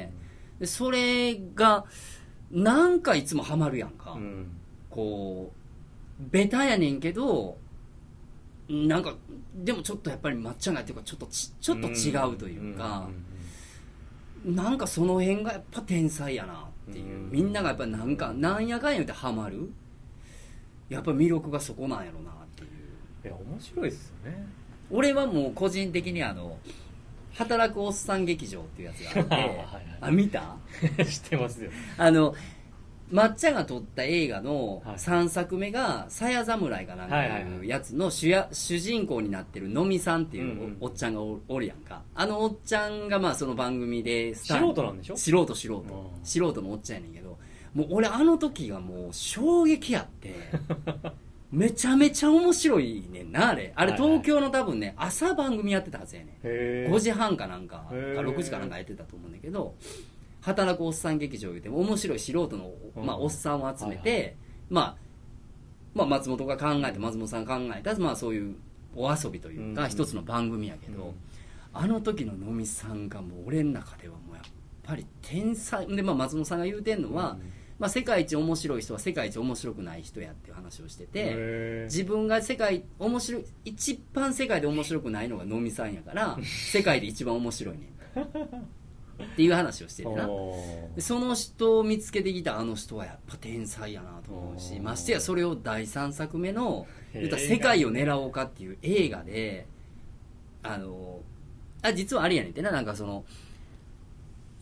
でそれがなんかいつもハマるやんか、うん、こうベタやねんけどなんかでもちょっとやっぱりまっちゃんがやってるからちょっとちちょっと違うというか、うん、なんかその辺がやっぱ天才やなっていう、うん、みんながやっぱりなんかなんやかんや言うてハマるやっぱ魅力がそこなんやろなっていう。 いや面白いですよね。 俺はもう個人的にあの働くおっさん劇場っていうやつがあってはい、はい、あ見た知ってますよ。 あのまっちゃんが撮った映画のさんさくめが「さや侍」かなんかいうやつの 主, や主人公になってるのみさんっていうおっちゃんが お, おるやんか。あのおっちゃんがまあその番組でスター素人なんでしょ。 素人素人素人のおっちゃんやねんけど、もう俺あの時がもう衝撃やってめちゃめちゃ面白いねんなあれあれ東京の多分ね朝番組やってたはずやねん。ごじはんかなんかかろくじかなんかやってたと思うんだけど、働くおっさん劇場言うても面白い素人の、まあ、おっさんを集めて、はいはい、まあ、まあ松本が考えて松本さんが考えた、まあ、そういうお遊びというか、うん、一つの番組やけど、うん、あの時ののみさんがもう俺の中ではもうやっぱり天才で、まあ、松本さんが言うてんのは、うんまあ、世界一面白い人は世界一面白くない人やっていう話をしてて、自分が世界面白い一番世界で面白くないのがのみさんやから世界で一番面白いねんっていう話をしててな。でその人を見つけてきたあの人はやっぱ天才やなと思うし、ましてやそれをだいさんさくめの言ったら世界を狙おうかっていう映画であのあ実はあれやねんってな、なんかその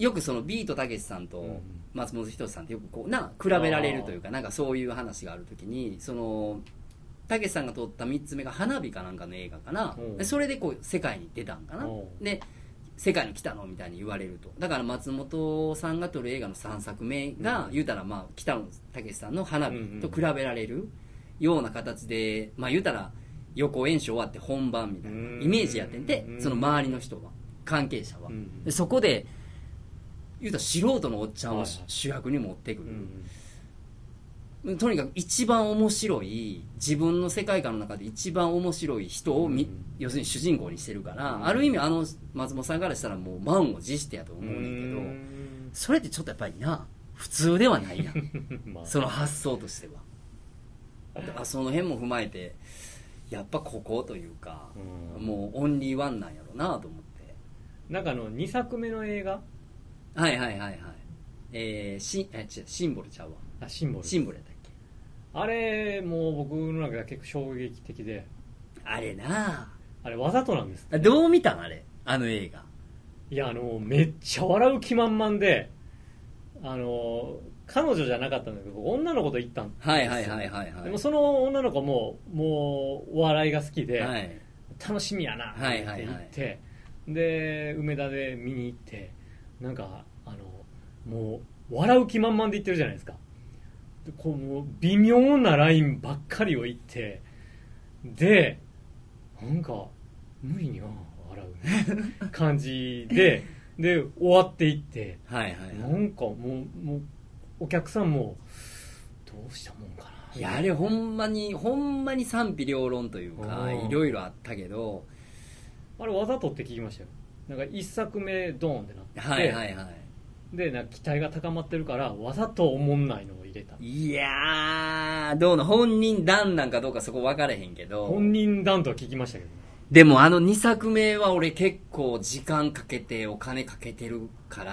よくそのビートたけしさんと松本人志さんってよくこうな比べられるというか、なんかそういう話があるときに、そのたけしさんが撮ったみっつめが花火かなんかの映画かな、でそれでこう世界に出たんかな、で世界に来たのみたいに言われると。だから松本さんが撮る映画のさんさくめが、うん、言うたらまあ北野武さんの花火と比べられるような形で、まあ言うたら予行演習終わって本番みたいなイメージやってんて、その周りの人は関係者は、でそこで言うたら素人のおっちゃんを主役に持ってくる、うん、とにかく一番面白い、自分の世界観の中で一番面白い人を、うん、要するに主人公にしてるから、うん、ある意味あの松本さんからしたらもう満を持してやと思うねんけど、うん、それってちょっとやっぱりな普通ではないやん、まあ、その発想としては。だからその辺も踏まえてやっぱここというか、うん、もうオンリーワンなんやろうなと思って。 なんかあのにさくめの映画、 はいはいはいはい、えー、しえ違うシンボルちゃうわ、 あシンボルシンボルやったっけ。 あれもう僕の中では結構衝撃的で、 あれなあれわざとなんです、ね、 どう見たんあれ、あの映画。 いやあのめっちゃ笑う気満々で、あの彼女じゃなかったんだけど女の子と行ったんですよ。 はいはいはいはい、はい、 でもその女の子ももうお笑いが好きで、 はい、 楽しみやなって言って、はいはいはい、で梅田で見に行って、なんかあのもう笑う気満々で言ってるじゃないですか。でこうもう微妙なラインばっかりを言って、でなんか無理には笑う感じでで終わっていって、 はいはいはい、 なんかもう、もうお客さんもどうしたもんかな。 いやあれほんまにほんまに賛否両論というかいろいろあったけど、 あれわざとって聞きましたよ。なんか一作目ドーンってなって、 はいはいはい、 でなんか期待が高まってるからわざとおもんないのを入れた。 いやーどうの本人談なんかどうかそこ分からへんけど、 本人談とは聞きましたけど、ね、 でもあのにさくめは俺結構時間かけてお金かけてるから、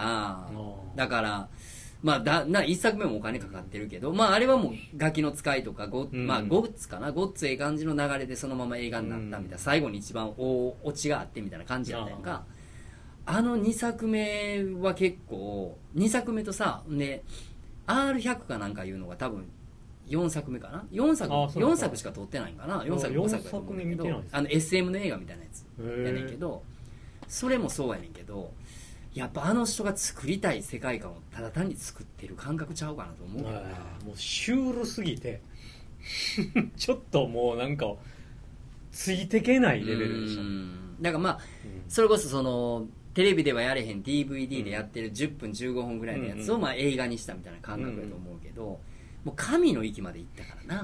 だからまあだないっさくめもお金かかってるけど、まああれはもうガキの使いとかゴ、うん、まあゴッツかな、ゴッツええ感じの流れでそのまま映画になったみたいな、うん、最後に一番おオチがあってみたいな感じやったやんか。あ, あのにさくめは結構にさくめとさね アールひゃく かなんかいうのが多分よんさくめかな、よんさくよんさくしか撮ってないんかな、よんさくごさくだと思うんだけど、あの エスエム の映画みたいなやつやねんけど、それもそうやねんけど、やっぱあの人が作りたい世界観をただ単に作ってる感覚ちゃうかなと思うから、もうシュールすぎてちょっともうなんかついてけないレベルでした。 だからまあ、うん、それこそそのテレビではやれへん ディーブイディー でやってるじゅっぷんじゅうごふんぐらいのやつをまあ映画にしたみたいな感覚だと思うけど、もう神の域まで行ったから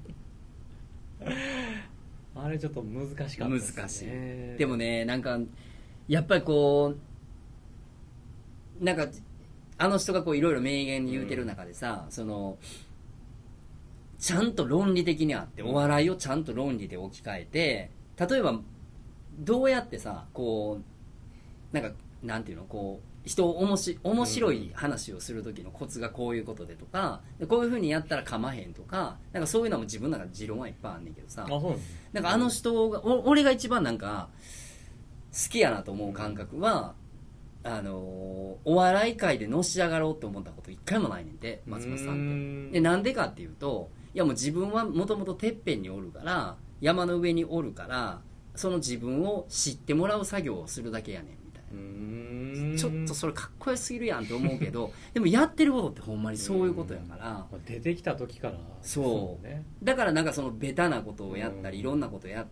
なあれちょっと難しかったですね。 難しい。でもね、なんかやっぱりこうなんかあの人がこういろいろ名言に言うてる中でさ、うん、そのちゃんと論理的にあって、お笑いをちゃんと論理で置き換えて、例えばどうやってさこうなんかなんていうのこう人をおもし面白い話をする時のコツがこういうことでとか、でこういう風にやったらかまへんとか、なんかそういうのも自分の中で持論はいっぱいあんねんけどさ、 あ、そうなんかあの人がお俺が一番なんか好きやなと思う感覚は、あのお笑い界でのし上がろうって思ったこと一回もないねんて、松本さんって。でなんでかっていうと、いやもう自分はもともとてっぺんにおるから、山の上におるから、その自分を知ってもらう作業をするだけやねんみたいな。うーん、ちょっとそれかっこよすぎるやんと思うけどでもやってることってほんまにそういうことやから、 出てきた時からそう、ね、だからなんかそのベタなことをやったりいろんなことをやって、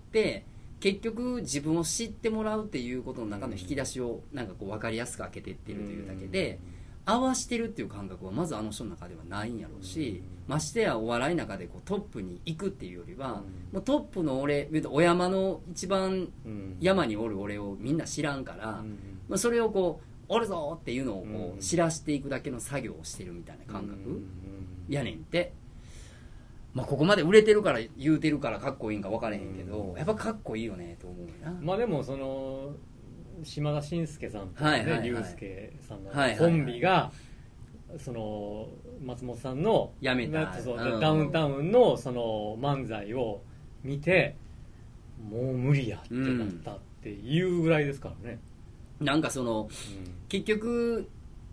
結局自分を知ってもらうっていうことの中の引き出しをなんかこう分かりやすく開けていってるというだけで、合わしてるっていう感覚はまずあの人の中ではないんやろうし、ましてやお笑いの中でこうトップに行くっていうよりは、もうトップの俺、お山の一番山におる俺をみんな知らんから、まあ、それをこうおるぞっていうのをこう知らしていくだけの作業をしてるみたいな感覚やねんって。まあ、ここまで売れてるから言うてるからかっこいいんか分からへんけど、やっぱかっこいいよねと思うな。 まあでもその島田紳介さんとね、 竜介さんのコンビがその松本さんのやめたダウンタウンのその漫才を見て、もう無理やってなったっていうぐらいですからね。 なんかその、うん、結局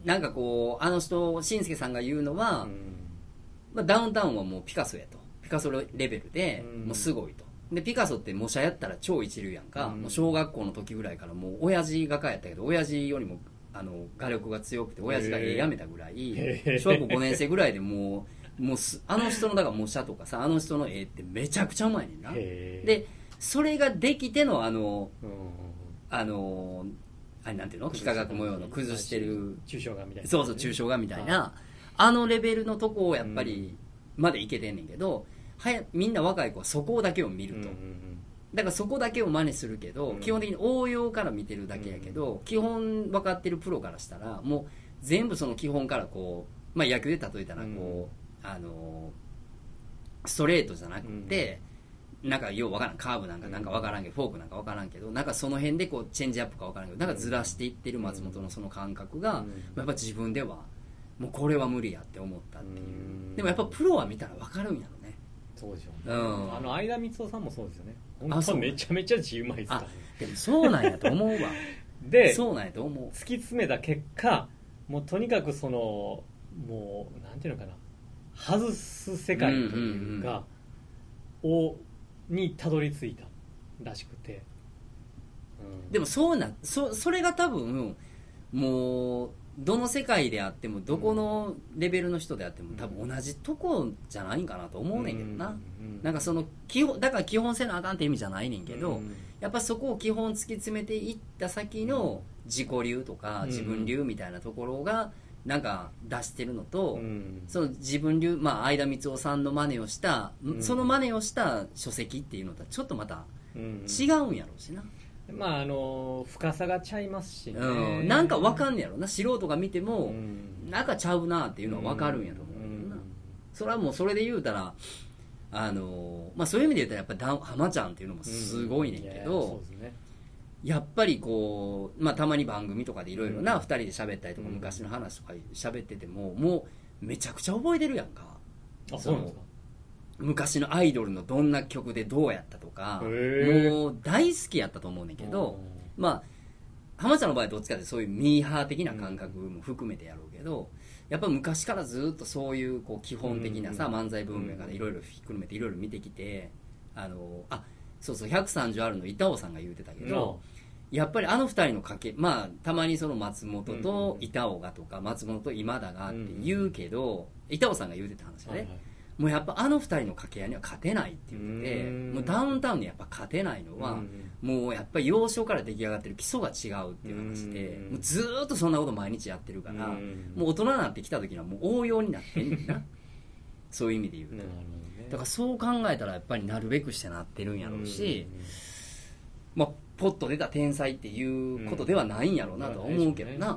なんかこうあの人しんすけさんが言うのは、うんまあ、ダウンタウンはもうピカソやとピカソレベルで、うん、もうすごいとでピカソって模写やったら超一流やんか、うん、もう小学校の時ぐらいからもう親父画家やったけど親父よりもあの画力が強くて親父が絵やめたぐらい小学校ごねん生ぐらいでもうもうあの人のだから模写とかさあの人の絵ってめちゃくちゃうまいねんなでそれができてのあの、うん、あのあれなんていうの幾何学模様の崩してる抽象画みたいなそうそう抽象画みたいなあのレベルのとこをやっぱりまでいけてんねんけど、はやみんな若い子はそこだけを見ると、うんうんうん、だからそこだけを真似するけど、うん、基本的に応用から見てるだけやけど、うん、基本分かってるプロからしたらもう全部その基本からこう、まあ、野球で例えたらこう、うん、あのストレートじゃなくて、うん、なんかよう分からんカーブなんかなんか分からんけど、うん、フォークなんか分からんけどなんかその辺でこうチェンジアップか分からんけどなんかずらしていってる松本のその感覚が、うん、やっぱ自分ではもうこれは無理やって思ったっていう、うん、でもやっぱプロは見たら分かるんやろねそうでしょうね、うん、あの相田光夫さんもそうですよね本当めちゃめちゃ字うまいですからでもそうなんやと思うわでそうなんやと思う突き詰めた結果もうとにかくそのもうなんていうのかな外す世界というか、うんうんうん、をにたどり着いたらしくて、 うん、でもそうな そ, それが多分もうどの世界であってもどこのレベルの人であっても多分同じとこじゃないんかなと思うねんけどな、うんうん、なんかその基本だから基本せなあかんって意味じゃないねんけど、うん、やっぱそこを基本突き詰めていった先の自己流とか自分流みたいなところがなんか出してるのと、うん、その自分流、まあ、相田光夫さんの真似をした、うん、その真似をした書籍っていうのとはちょっとまた違うんやろうしな、 まああの深さがちゃいますしね、 うん、なんか分かんねやろな素人が見ても、うん、なんかちゃうなっていうのは分かるんやと思う、うん、それはもうそれで言うたらあの、まあ、そういう意味で言うたらやっぱ浜ちゃんっていうのもすごいねんけど、うんそうですね、やっぱりこう、まあ、たまに番組とかでいろいろなふたりで喋ったりとか、うん、昔の話とか喋っててももうめちゃくちゃ覚えてるやんか。 あ、そうなんですか。 昔のアイドルのどんな曲でどうやったとかもう大好きやったと思うねんけど、まあ浜ちゃんの場合はどっちかってそういうミーハー的な感覚も含めてやろうけど、やっぱ昔からずっとそういうこう基本的なさ、漫才文明からいろいろひっくるめていろいろ見てきて、あのあそうそうひゃくさんじゅうあるの板尾さんが言うてたけど、やっぱりあの二人の掛け、まあたまにその松本と板尾がとか松本と今田がって言うけど、板尾さんが言うてた話ね、はいはい、もうやっぱあの二人の掛け合いには勝てないって言ってて、もうダウンタウンにやっぱ勝てないのは、もうやっぱり幼少から出来上がってる基礎が違うっていう話で、もうずーっとそんなこと毎日やってるから、もう大人になってきた時にはもう応用になってんねんなそういう意味で言うと、ね、だからそう考えたらやっぱりなるべくしてなってるんやろうし、まあポッと出た天才っていうことではないんやろうなとは思うけどな、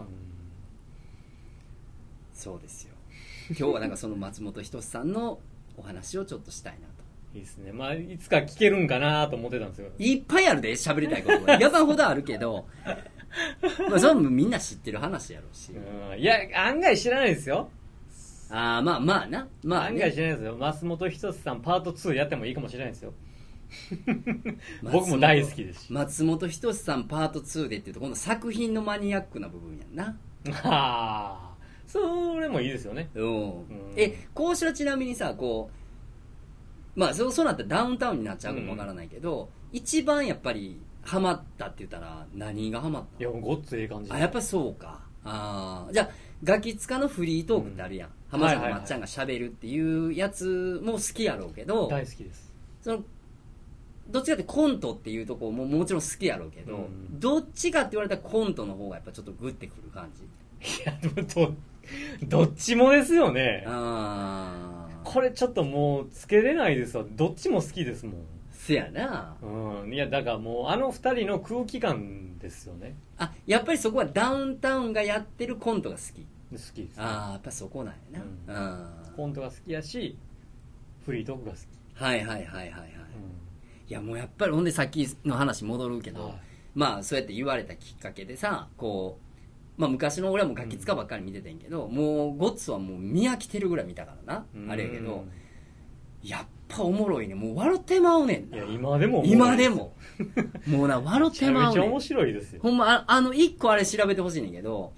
そうですよ。今日はなんかその松本人志さんのお話をちょっとしたいなと。 いいですね。まあいつか聞けるんかなと思ってたんですよ。 いっぱいあるで喋りたいことが山ほどあるけどまあそれもみんな知ってる話やろうし、 うん、いや案外知らないですよ。 ああまあまあな、まあ、ね、 案外知らないですよ。松本人志さんパートツーやってもいいかもしれないですよ僕も大好きですし。 松本人志さんパートツーでっていうと今度作品のマニアックな部分やんな。 ああそれもいいですよね。 うん、え講師はちなみにさこうまあそうそうなったらダウンタウンになっちゃうかもわからないけど、うん、一番やっぱりハマったって言ったら何がハマった？ いやごっつええ感じ。 あやっぱそうか。あじゃあガキ使のフリートークってあるやん、うん、浜ちゃんとまっちゃんが喋るっていうやつも好きやろうけど、 大好きです。そのどっちかってコントっていうとこももちろん好きやろうけど、うん、どっちかって言われたらコントの方がやっぱちょっとグッてくる感じ。 いやでもどどっちもですよね。あこれちょっともうつけれないですわ。どっちも好きですもん。 せやな。 うん。いやだからもうあの二人の空気感ですよね。 あやっぱりそこはダウンタウンがやってるコントが好き。 好きです、ね。 ああやっぱそこなんやな、うん、 コントが好きやしフリートークが好き。 はいはいはいはいはい、うん、いやもうやっぱりほんでさっきの話戻るけど、はい、まあそうやって言われたきっかけでさこうまあ、昔の俺はもうガキ使ばっかり見ててんけど、うん、もうゴッツはもう見飽きてるぐらい見たからな、うん、あれやけどやっぱおもろいね。もう笑ってまうねんな。 いや今でも今でももうな笑ってまうねん。 めちゃめちゃ面白いですよ。 ほんま あ, あの一個あれ調べてほしいねんけど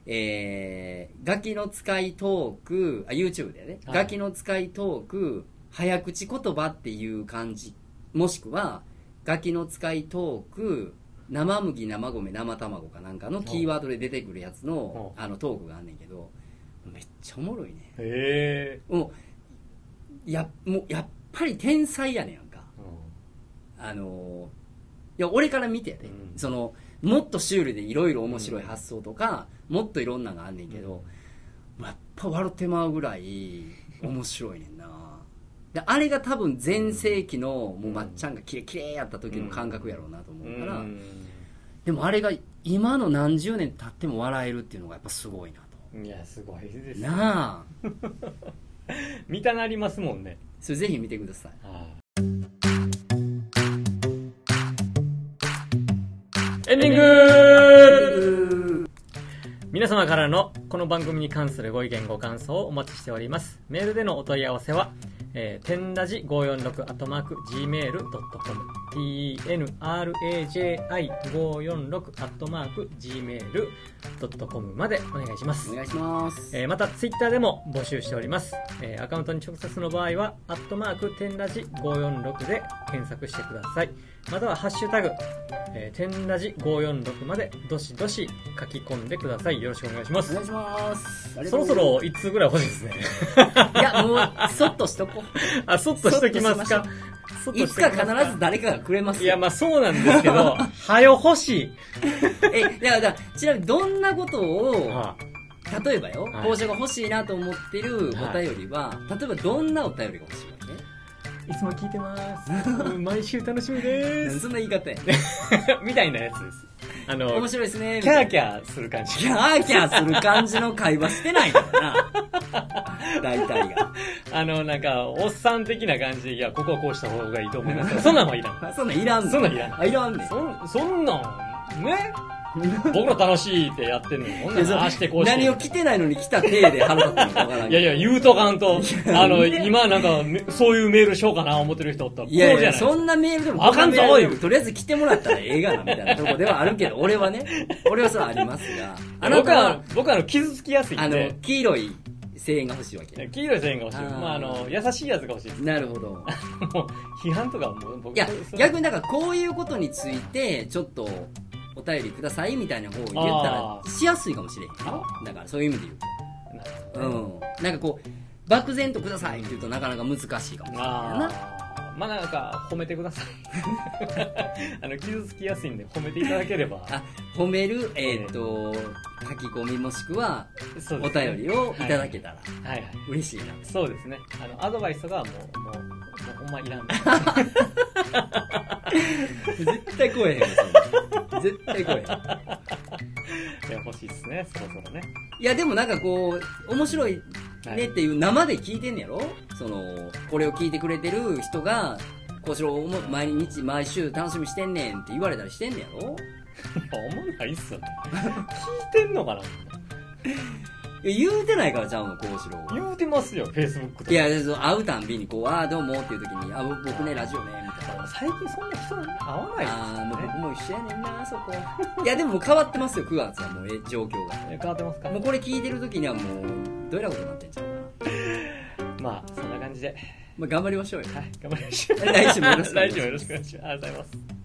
えー、ガキの使いトーク、あ、YouTube でね、はい、ガキの使いトーク、早口言葉っていう感じ、もしくは、ガキの使いトーク、生麦、生米、生卵かなんかのキーワードで出てくるやつの、あのトークがあんねんけど、めっちゃおもろいね。 へー。 もう、や、もうやっぱり天才やねんやんか。あの、いや、俺から見てやで、うん、その、もっとシュールでいろいろ面白い発想とか、うん、もっといろんなのがあんねんけど、うん、やっぱ笑ってまうぐらい面白いねんな。であれが多分全盛期のもうまっちゃんがキレキレやった時の感覚やろうなと思うから、うん、でもあれが今の何十年経っても笑えるっていうのがやっぱすごいなと。 いやすごいですねなあ見たなりますもんね。 それぜひ見てください。ああエンディング。皆様からのこの番組に関するご意見ご感想をお待ちしております。メールでのお問い合わせは、えー、てんラジごーよんろくアットマーク ジーメールドットコム ティーエヌアールエージェーアイごーよんろくアットマーク ジーメールドットコム までお願いします。 お願いします。 えー、またツイッターでも募集しております。えー、アカウントに直接の場合はアットマークてんラジごーよんろくで検索してください。またはハッシュタグ、えー、てんラジごーよんろくまでどしどし書き込んでください。よろしくお願いします。 お願いします。 そろそろいつつぐらい欲しいですね。 いやもうそっとしとこう。 あ、そっとしときますか。 いつか必ず誰かがくれますよ。 いやまあそうなんですけど、はよ欲しい。 え、だからちなみにどんなことを、はあ、例えばよ、はい、講師が欲しいなと思ってるお便りは、はい、例えばどんなお便りが欲しいわけ？ いつも聞いてます毎週楽しみです。 そんな言い方やみたいなやつです。あの面白いですね。 キャーキャーする感じ。 キャーキャーする感じの会話してないからな。大体が。 あのなんかおっさん的な感じで、いやここはこうした方がいいと思います。そんなんはいらん。 そんなんいらん。 そんなんいらん。 あ、いらんねん。 そそんなんね。僕ら楽しいってやってんのに、こんなのああしてこうして。 何を着てないのに来た体で腹立ったのかわからん。 いやいや、言うとかんと、あの、今なんか、そういうメールしようかな思ってる人おったら、 いやいや、そんなメールでも、 あかんぞおいとりあえず来てもらったらええがな、みたいなとこではあるけど、俺はね、俺はそれはありますが。 あ僕は、僕はあの、傷つきやすいんで。 あの、黄色い声援が欲しいわけ。 黄色い声援が欲しい。あまあ、あの、優しいやつが欲しいです。 なるほど。 もう、批判とかもう、僕いや、逆にだからこういうことについて、ちょっと、お便りくださいみたいな方を言ったらしやすいかもしれへん。だからそういう意味で言うと、うん、なんかこう漠然とくださいって言うとなかなか難しいかもしれないな。 まあなんか褒めてくださいあの傷つきやすいんで褒めていただければ。 あ、褒めるえー、っと書き込みもしくはお便りをいただけたら、はいはいはい、嬉しいな。 そうですね。あのアドバイスがもうもうもうほんまいらん絶対来えへんよそんな絶対来えへん。いや欲しいですね、そろそろね。 いやでもなんかこう面白いねっていう生で聞いてんねやろ。そのこれを聞いてくれてる人がこうしろ毎日毎週楽しみしてんねんって言われたりしてんねやろ。 思んないっすよね聞いてんのかな。 言うてないからちゃうの、こうしろ。 言うてますよ、フェイスブックとか。 いや、会うたんびにこう、ああ、どうもっていう時に、あ、僕ね、ラジオね、みたいな。 最近そんな人会わないですよ、ね。 ああ、もう僕も一緒やねんな、そこ。いや、でももう変わってますよ、くがつはもう、え、状況が。 変わってますか。 もうこれ聞いてる時にはもう、どうやらことになってんちゃうかな。まあ、そんな感じで。 まあ、頑張りましょうよ。 はい、頑張りましょう。 来週もよろしくお願いします。 来週もよろしくお願いします。ありがとうございます。